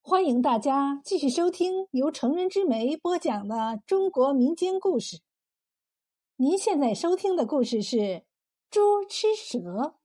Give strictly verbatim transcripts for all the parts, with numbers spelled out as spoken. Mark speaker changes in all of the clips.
Speaker 1: 欢迎大家继续收听由成人之美播讲的中国民间故事。您现在收听的故事是《猪吃蛇》。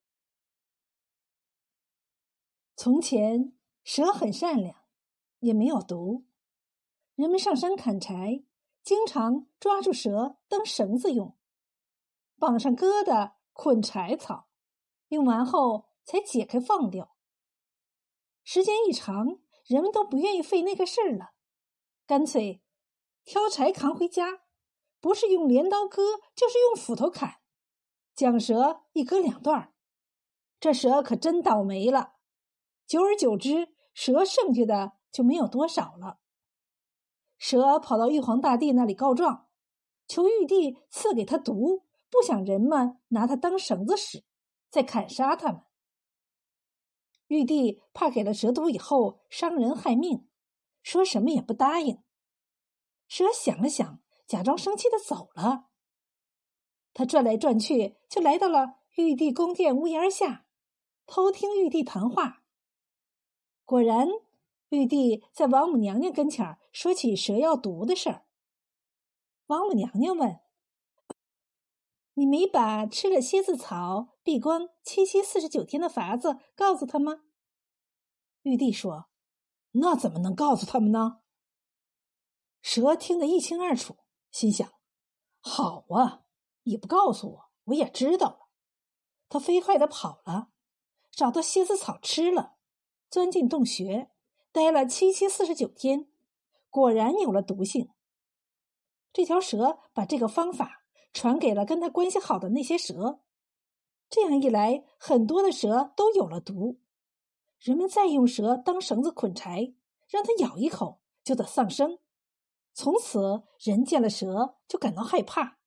Speaker 1: 从前，蛇很善良，也没有毒。人们上山砍柴，经常抓住蛇当绳子用，绑上疙瘩捆柴草，用完后才解开放掉。时间一长，人们都不愿意费那个事儿了，干脆挑柴扛回家，不是用镰刀割，就是用斧头砍，将蛇一割两段。这蛇可真倒霉了，久而久之，蛇剩下的就没有多少了。蛇跑到玉皇大帝那里告状，求玉帝赐给他毒，不想人们拿它当绳子使，再砍杀它们。玉帝怕给了蛇毒以后伤人害命，说什么也不答应。蛇想了想，假装生气的走了。他转来转去，就来到了玉帝宫殿屋檐下，偷听玉帝谈话。果然，玉帝在王母娘娘跟前说起蛇要毒的事儿。王母娘娘问：“你没把吃了蝎子草闭关七七四十九天的法子告诉他吗？”玉帝说：“那怎么能告诉他们呢？”蛇听得一清二楚，心想：好啊，你不告诉我，我也知道了。他飞快地跑了，找到蝎子草吃了，钻进洞穴，待了七七四十九天，果然有了毒性。这条蛇把这个方法传给了跟他关系好的那些蛇，这样一来，很多的蛇都有了毒。人们再用蛇当绳子捆柴，让它咬一口就得丧生。从此，人见了蛇就感到害怕。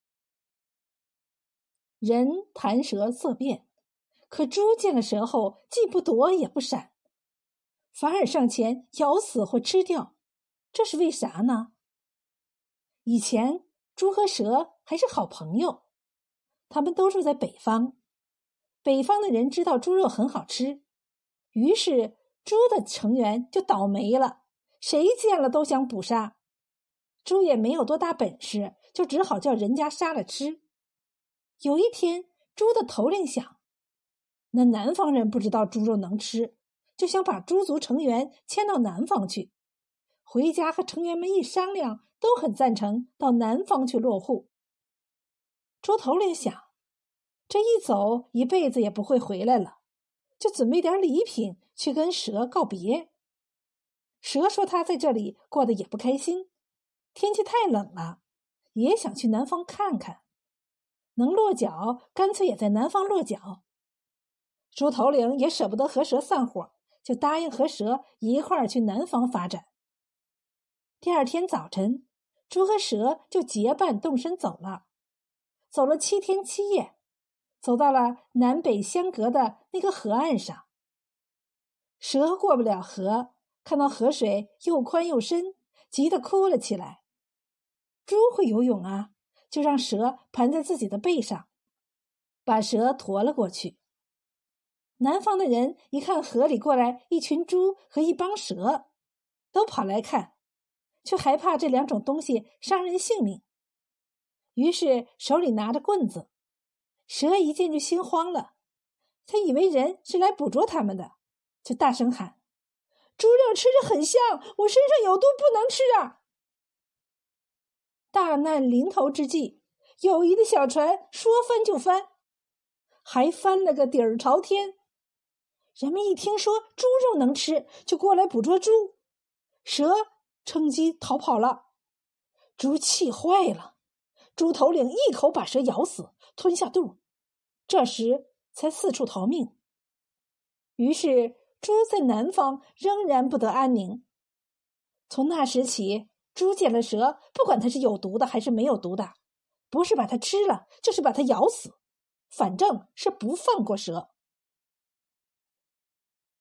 Speaker 1: 人弹蛇色变，可猪见了蛇后，既不躲也不闪，反而上前咬死或吃掉。这是为啥呢？以前，猪和蛇还是好朋友，他们都住在北方。北方的人知道猪肉很好吃，于是猪的成员就倒霉了，谁见了都想捕杀。猪也没有多大本事，就只好叫人家杀了吃。有一天，猪的头领想，那南方人不知道猪肉能吃，就想把猪族成员迁到南方去。回家和成员们一商量，都很赞成到南方去落户。猪头领想，这一走一辈子也不会回来了，就准备点礼品去跟蛇告别。蛇说他在这里过得也不开心，天气太冷了，也想去南方看看，能落脚干脆也在南方落脚。猪头领也舍不得和蛇散伙，就答应和蛇一块儿去南方发展。第二天早晨，猪和蛇就结伴动身走了，走了七天七夜，走到了南北相隔的那个河岸上。蛇过不了河，看到河水又宽又深，急得哭了起来。猪会游泳啊，就让蛇盘在自己的背上，把蛇驮了过去。南方的人一看河里过来一群猪和一帮蛇，都跑来看，却害怕这两种东西伤人性命，于是手里拿着棍子。蛇一见就心慌了，他以为人是来捕捉他们的，就大声喊：猪肉吃着很香，我身上有毒，不能吃啊！大难临头之际，友谊的小船说翻就翻，还翻了个底儿朝天。人们一听说猪肉能吃，就过来捕捉猪，蛇趁机逃跑了。猪气坏了，猪头领一口把蛇咬死，吞下肚，这时才四处逃命。于是猪在南方仍然不得安宁。从那时起，猪见了蛇，不管它是有毒的还是没有毒的，不是把它吃了，就是把它咬死，反正是不放过蛇。